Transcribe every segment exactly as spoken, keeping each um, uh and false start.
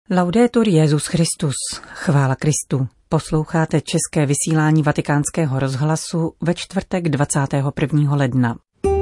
Laudetur Jesus Christus, chvála Kristu. Posloucháte české vysílání Vatikánského rozhlasu ve čtvrtek dvacátého prvního ledna.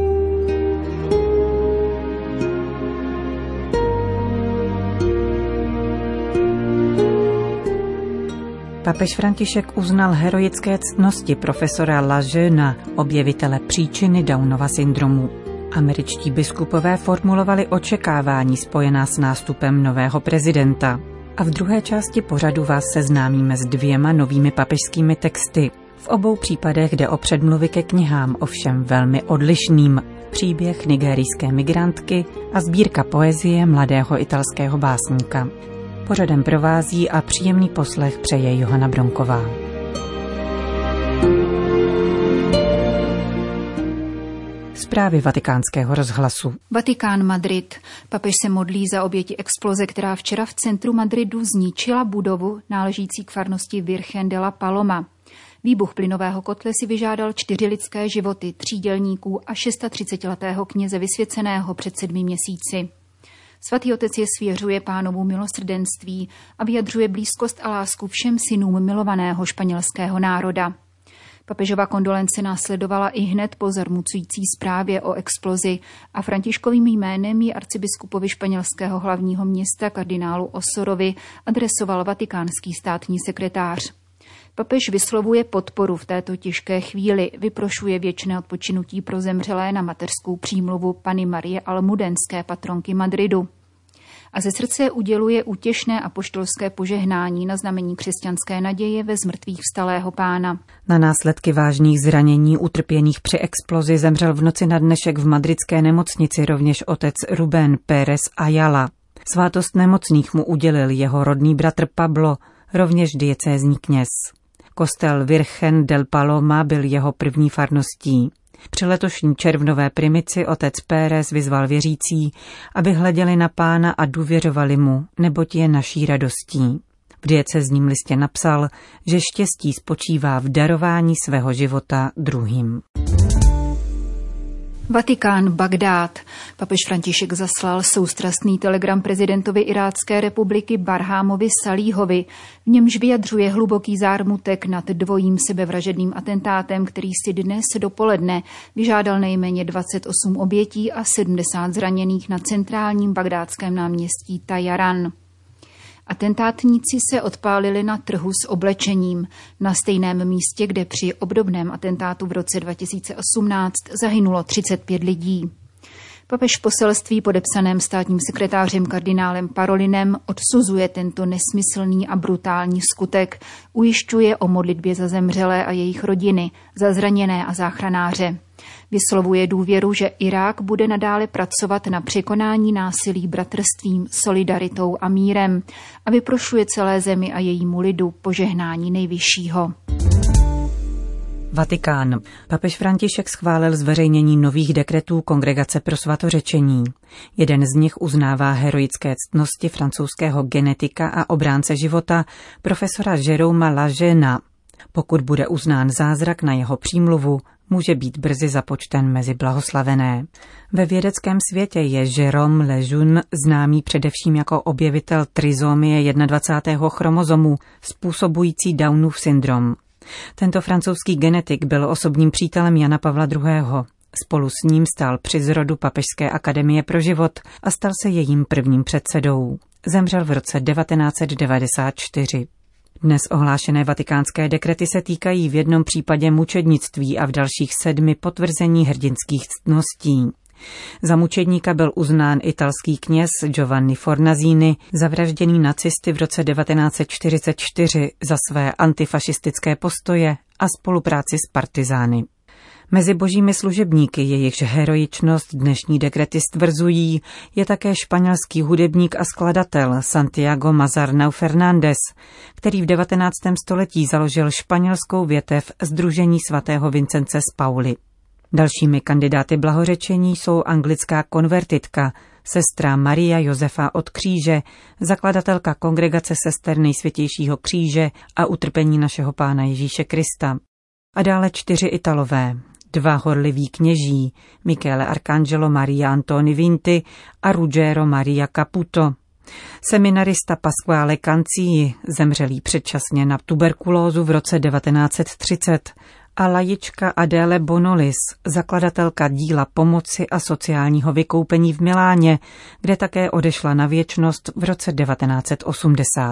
Papež František uznal heroické ctnosti profesora Lejeuna, objevitele příčiny Downova syndromu. Američtí biskupové formulovali očekávání spojená s nástupem nového prezidenta. A v druhé části pořadu vás seznámíme s dvěma novými papežskými texty. V obou případech jde o předmluvy ke knihám, ovšem velmi odlišným. Příběh nigerijské migrantky a sbírka poezie mladého italského básníka. Pořadem provází a příjemný poslech přeje Johana Bronková. Zprávy Vatikánského rozhlasu. Vatikán, Madrid. Papež se modlí za oběti exploze, která včera v centru Madridu zničila budovu náležící k farnosti Virgen de la Paloma. Výbuch plynového kotle si vyžádal čtyři lidské životy, tří dělníků a třicetišestiletého kněze vysvěceného před sedmi měsíci. Svatý otec je svěřuje Pánovu milosrdenství a vyjadřuje blízkost a lásku všem synům milovaného španělského národa. Papežova kondolence následovala i hned po zarmucující zprávě o explozi a Františkovým jménem ji arcibiskupovi španělského hlavního města kardinálu Osorovi adresoval vatikánský státní sekretář. Papež vyslovuje podporu v této těžké chvíli, vyprošuje věčné odpočinutí pro zemřelé na mateřskou přímluvu Panny Marie Almudenské, patronky Madridu. A ze srdce uděluje útěšné apoštolské požehnání na znamení křesťanské naděje ve zmrtvých vstalého Pána. Na následky vážných zranění utrpěných při explozi zemřel v noci na dnešek v madridské nemocnici rovněž otec Rubén Pérez Ayala. Svátost nemocných mu udělil jeho rodný bratr Pablo, rovněž diecézní kněz. Kostel Virgen del Paloma byl jeho první farností. Při letošní červnové primici otec Pérez vyzval věřící, aby hleděli na Pána a důvěřovali mu, neboť je naší radostí. V diecézním listě napsal, že štěstí spočívá v darování svého života druhým. Vatikán, Bagdád. Papež František zaslal soustrastný telegram prezidentovi Irácké republiky Barhámovi Salíhovi, v němž vyjadřuje hluboký zármutek nad dvojím sebevražedným atentátem, který si dnes dopoledne vyžádal nejméně dvacet osm obětí a sedmdesát zraněných na centrálním bagdátském náměstí Tajaran. Atentátníci se odpálili na trhu s oblečením, na stejném místě, kde při obdobném atentátu v roce dva tisíce osmnáct zahynulo třicet pět lidí. Papež v poselství podepsaném státním sekretářem kardinálem Parolinem odsuzuje tento nesmyslný a brutální skutek, ujišťuje o modlitbě za zemřelé a jejich rodiny, za zraněné a záchranáře. Vyslovuje důvěru, že Irák bude nadále pracovat na překonání násilí bratrstvím, solidaritou a mírem a vyprošuje celé zemi a jejímu lidu požehnání nejvyššího. Vatikán. Papež František schválil zveřejnění nových dekretů Kongregace pro svatořečení. Jeden z nich uznává heroické ctnosti francouzského genetika a obránce života profesora Jérôma Lejeuna. Pokud bude uznán zázrak na jeho přímluvu, může být brzy započten mezi blahoslavené. Ve vědeckém světě je Jérôme Lejeune známý především jako objevitel trizomie dvacátého prvního chromozomu, způsobující Downův syndrom. Tento francouzský genetik byl osobním přítelem Jana Pavla druhého. Spolu s ním stál při zrodu Papežské akademie pro život a stal se jejím prvním předsedou. Zemřel v roce devatenáct set devadesát čtyři. Dnes ohlášené vatikánské dekrety se týkají v jednom případě mučednictví a v dalších sedmi potvrzení hrdinských ctností. Za mučedníka byl uznán italský kněz Giovanni Fornazini, zavražděný nacisty v roce devatenáct set čtyřicet čtyři za své antifašistické postoje a spolupráci s partizány. Mezi božími služebníky, jejichž heroičnost dnešní dekrety stvrzují, je také španělský hudebník a skladatel Santiago Mazarnau Fernández, který v devatenáctém století založil španělskou větev Sdružení svatého Vincence z Pauly. Dalšími kandidáty blahořečení jsou anglická konvertitka, sestra Maria Josefa od kříže, zakladatelka Kongregace sester Nejsvětějšího kříže a utrpení našeho Pána Ježíše Krista. A dále čtyři Italové, dva horliví kněží, Michele Arcangelo Maria Antoni Vinti a Ruggero Maria Caputo. Seminarista Pasquale Cancii, zemřelý předčasně na tuberkulózu v roce devatenáct set třicet, a laička Adele Bonolis, zakladatelka díla pomoci a sociálního vykoupení v Miláně, kde také odešla na věčnost v roce devatenáct set osmdesát.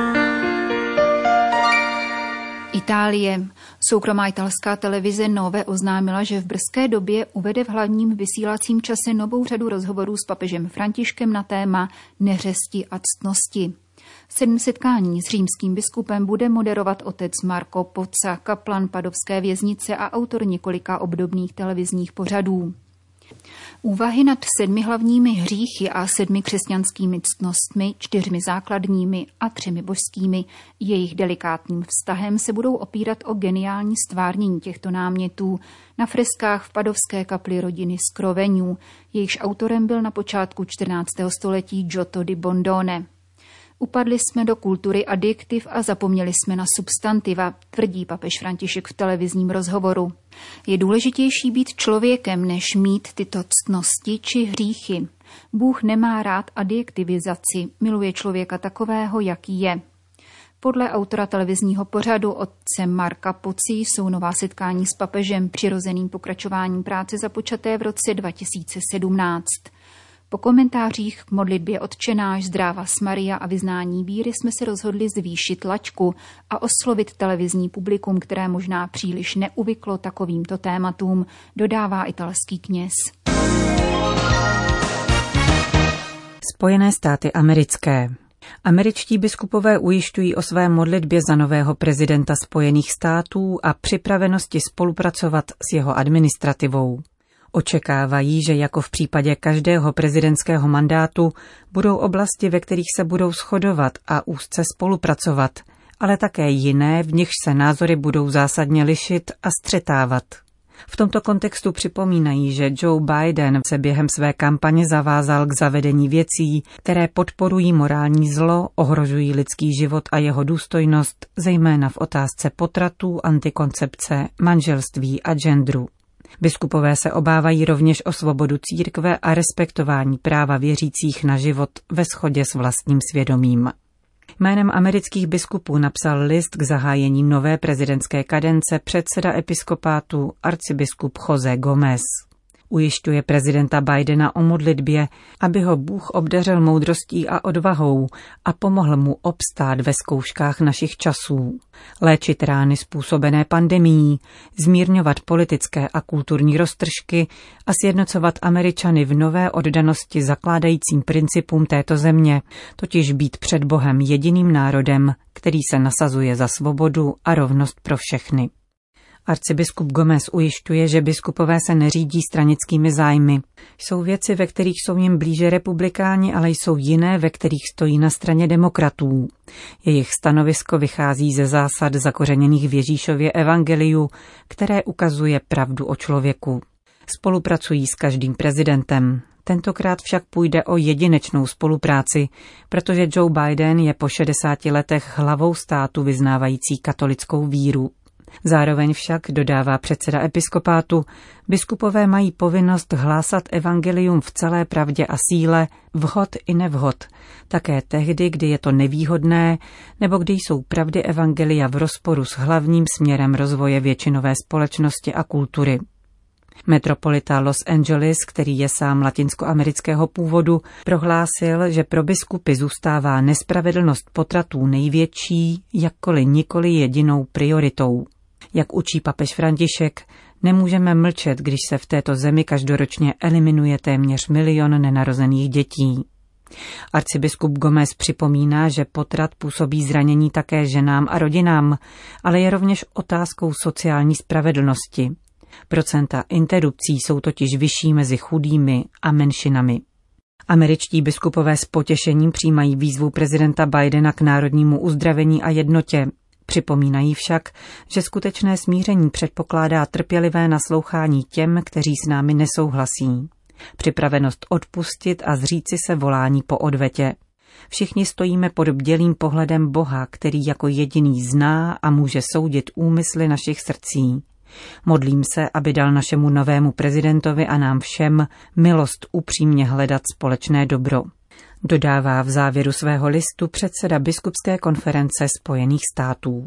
Itálie. Soukromá italská televize Nove oznámila, že v brzké době uvede v hlavním vysílacím čase novou řadu rozhovorů s papežem Františkem na téma neřesti a ctnosti. Sedm setkání s římským biskupem bude moderovat otec Marco Pozza, kaplan padovské věznice a autor několika obdobných televizních pořadů. Úvahy nad sedmi hlavními hříchy a sedmi křesťanskými ctnostmi, čtyřmi základními a třemi božskými, jejich delikátním vztahem se budou opírat o geniální stvárnění těchto námětů na freskách v padovské kapli rodiny Skroveňů, jejichž autorem byl na počátku čtrnáctého století Giotto di Bondone. Upadli jsme do kultury adjektiv a zapomněli jsme na substantiva, tvrdí papež František v televizním rozhovoru. Je důležitější být člověkem, než mít tyto ctnosti či hříchy. Bůh nemá rád adjektivizaci, miluje člověka takového, jaký je. Podle autora televizního pořadu otce Marka Pozzi jsou nová setkání s papežem přirozeným pokračováním práce započaté v roce dva tisíce sedmnáct. Po komentářích k modlitbě Otčenáš, Zdráva Maria a vyznání víry jsme se rozhodli zvýšit laťku a oslovit televizní publikum, které možná příliš neuvyklo takovýmto tématům, dodává italský kněz. Spojené státy americké. Američtí biskupové ujišťují o své modlitbě za nového prezidenta Spojených států a připravenosti spolupracovat s jeho administrativou. Očekávají, že jako v případě každého prezidentského mandátu budou oblasti, ve kterých se budou shodovat a úzce spolupracovat, ale také jiné, v nichž se názory budou zásadně lišit a střetávat. V tomto kontextu připomínají, že Joe Biden se během své kampaně zavázal k zavedení věcí, které podporují morální zlo, ohrožují lidský život a jeho důstojnost, zejména v otázce potratů, antikoncepce, manželství a genderu. Biskupové se obávají rovněž o svobodu církve a respektování práva věřících na život ve shodě s vlastním svědomím. Jménem amerických biskupů napsal list k zahájení nové prezidentské kadence předseda episkopátu arcibiskup José Gómez. Ujišťuje prezidenta Bidena o modlitbě, aby ho Bůh obdařil moudrostí a odvahou a pomohl mu obstát ve zkouškách našich časů, léčit rány způsobené pandemií, zmírňovat politické a kulturní roztržky a sjednocovat Američany v nové oddanosti zakládajícím principům této země, totiž být před Bohem jediným národem, který se nasazuje za svobodu a rovnost pro všechny. Arcibiskup Gómez ujišťuje, že biskupové se neřídí stranickými zájmy. Jsou věci, ve kterých jsou jim blíže republikáni, ale jsou jiné, ve kterých stojí na straně demokratů. Jejich stanovisko vychází ze zásad zakořeněných v Ježíšově evangeliu, které ukazuje pravdu o člověku. Spolupracují s každým prezidentem. Tentokrát však půjde o jedinečnou spolupráci, protože Joe Biden je po šedesáti letech hlavou státu vyznávající katolickou víru. Zároveň však, dodává předseda episkopátu, biskupové mají povinnost hlásat evangelium v celé pravdě a síle, vhod i nevhod, také tehdy, kdy je to nevýhodné, nebo kdy jsou pravdy evangelia v rozporu s hlavním směrem rozvoje většinové společnosti a kultury. Metropolita Los Angeles, který je sám latinskoamerického původu, prohlásil, že pro biskupy zůstává nespravedlnost potratů největší, jakkoliv nikoli jedinou prioritou. Jak učí papež František, nemůžeme mlčet, když se v této zemi každoročně eliminuje téměř milion nenarozených dětí. Arcibiskup Gómez připomíná, že potrat působí zranění také ženám a rodinám, ale je rovněž otázkou sociální spravedlnosti. Procenta interrupcí jsou totiž vyšší mezi chudými a menšinami. Američtí biskupové s potěšením přijímají výzvu prezidenta Bidena k národnímu uzdravení a jednotě. Připomínají však, že skutečné smíření předpokládá trpělivé naslouchání těm, kteří s námi nesouhlasí. Připravenost odpustit a zříci se volání po odvetě. Všichni stojíme pod bdělým pohledem Boha, který jako jediný zná a může soudit úmysly našich srdcí. Modlím se, aby dal našemu novému prezidentovi a nám všem milost upřímně hledat společné dobro. dodává v závěru svého listu předseda Biskupské konference Spojených států.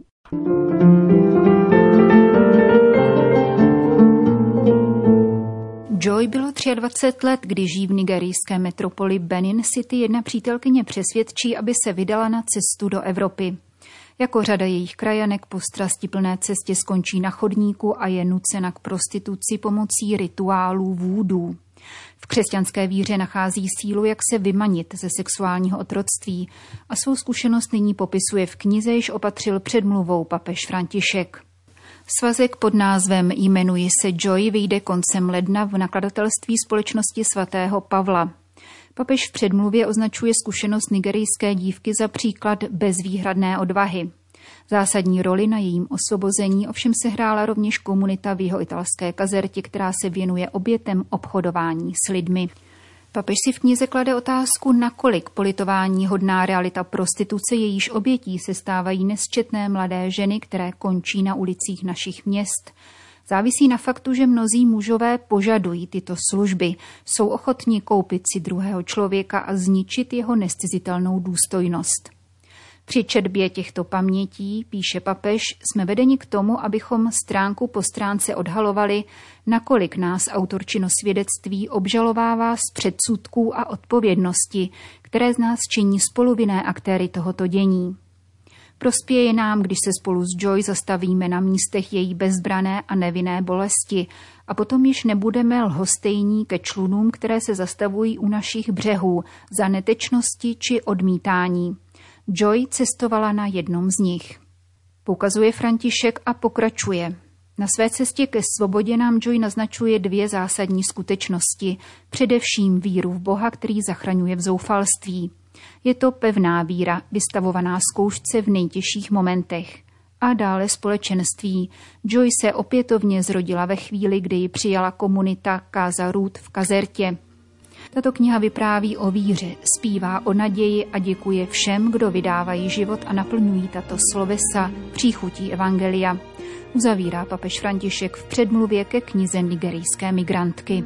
Joy bylo dvacet tři let, když jí v nigerijské metropoli Benin City jedna přítelkyně přesvědčí, aby se vydala na cestu do Evropy. Jako řada jejich krajanek po strastiplné cestě skončí na chodníku a je nucena k prostituci pomocí rituálů vůdů. V křesťanské víře nachází sílu, jak se vymanit ze sexuálního otroctví a svou zkušenost nyní popisuje v knize, již opatřil předmluvou papež František. Svazek pod názvem Jmenuji se Joy vyjde koncem ledna v nakladatelství Společnosti svatého Pavla. Papež v předmluvě označuje zkušenost nigerijské dívky za příklad bezvýhradné odvahy. Zásadní roli na jejím osvobození ovšem sehrála rovněž komunita v jihoitalské kazertě, která se věnuje obětem obchodování s lidmi. Papež si v knize klade otázku, nakolik politování hodná realita prostituce, jejíž obětí se stávají nesčetné mladé ženy, které končí na ulicích našich měst. Závisí na faktu, že mnozí mužové požadují tyto služby, jsou ochotní koupit si druhého člověka a zničit jeho nezcizitelnou důstojnost. Při četbě těchto pamětí, píše papež, jsme vedeni k tomu, abychom stránku po stránce odhalovali, nakolik nás autorčino svědectví obžalovává z předsudků a odpovědnosti, které z nás činí spoluvinné aktéry tohoto dění. Prospěje nám, když se spolu s Joy zastavíme na místech její bezbrané a nevinné bolesti a potom již nebudeme lhostejní ke člunům, které se zastavují u našich břehů za netečnosti či odmítání. Joy cestovala na jednom z nich. Poukazuje František a pokračuje. Na své cestě ke svobodě nám Joy naznačuje dvě zásadní skutečnosti, především víru v Boha, který zachraňuje v zoufalství. Je to pevná víra, vystavovaná zkoušce v nejtěžších momentech. A dále společenství. Joy se opětovně zrodila ve chvíli, kdy ji přijala komunita Casa Ruth v kazertě. Tato kniha vypráví o víře, zpívá o naději a děkuje všem, kdo vydávají život a naplňují tato slovesa příchutí evangelia. Uzavírá papež František v předmluvě ke knize nigerijské migrantky.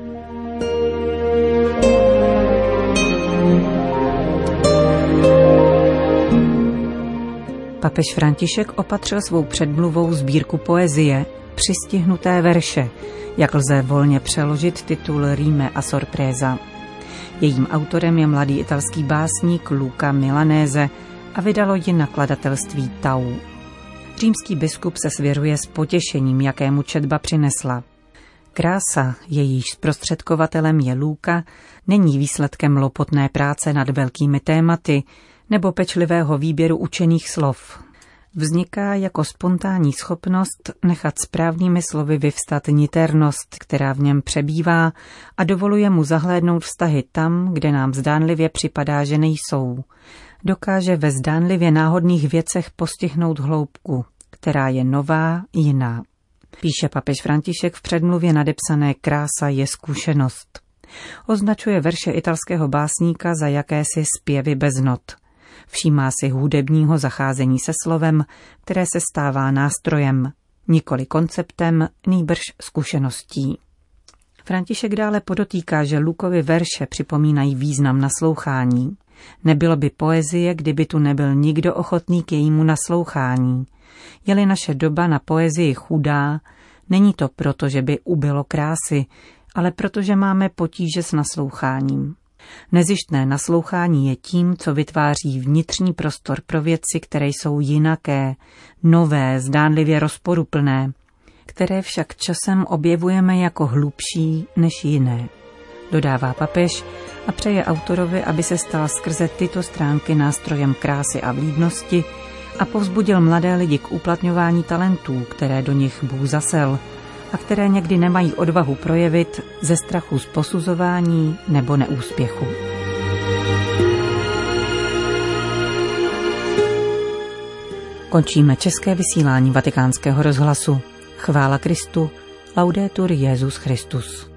Papež František opatřil svou předmluvou sbírku poezie Přistihnuté verše, jak lze volně přeložit titul Rime a sorpresa. Jejím autorem je mladý italský básník Luca Milanese a vydalo ji nakladatelství Tau. Římský biskup se svěřuje s potěšením, jakému četba přinesla. Krása, jejíž zprostředkovatelem je Luca, není výsledkem lopotné práce nad velkými tématy nebo pečlivého výběru učených slov. Vzniká jako spontánní schopnost nechat správnými slovy vyvstat niternost, která v něm přebývá a dovoluje mu zahlédnout vztahy tam, kde nám zdánlivě připadá, že nejsou. Dokáže ve zdánlivě náhodných věcech postihnout hloubku, která je nová, jiná. Píše papež František v předmluvě nadepsané Krása je zkušenost. Označuje verše italského básníka za jakési zpěvy bez not. Všímá si hudebního zacházení se slovem, které se stává nástrojem, nikoli konceptem, nýbrž zkušeností. František dále podotýká, že Lukovy verše připomínají význam naslouchání. Nebylo by poezie, kdyby tu nebyl nikdo ochotný k jejímu naslouchání. Je-li naše doba na poezii chudá, není to proto, že by ubylo krásy, ale protože máme potíže s nasloucháním. Nezištné naslouchání je tím, co vytváří vnitřní prostor pro věci, které jsou jinaké, nové, zdánlivě rozporuplné, které však časem objevujeme jako hlubší než jiné. Dodává papež a přeje autorovi, aby se stal skrze tyto stránky nástrojem krásy a vlídnosti a povzbudil mladé lidi k uplatňování talentů, které do nich Bůh zasel a které někdy nemají odvahu projevit ze strachu z posuzování nebo neúspěchu. Končíme české vysílání Vatikánského rozhlasu. Chvála Kristu, laudetur Jesus Christus.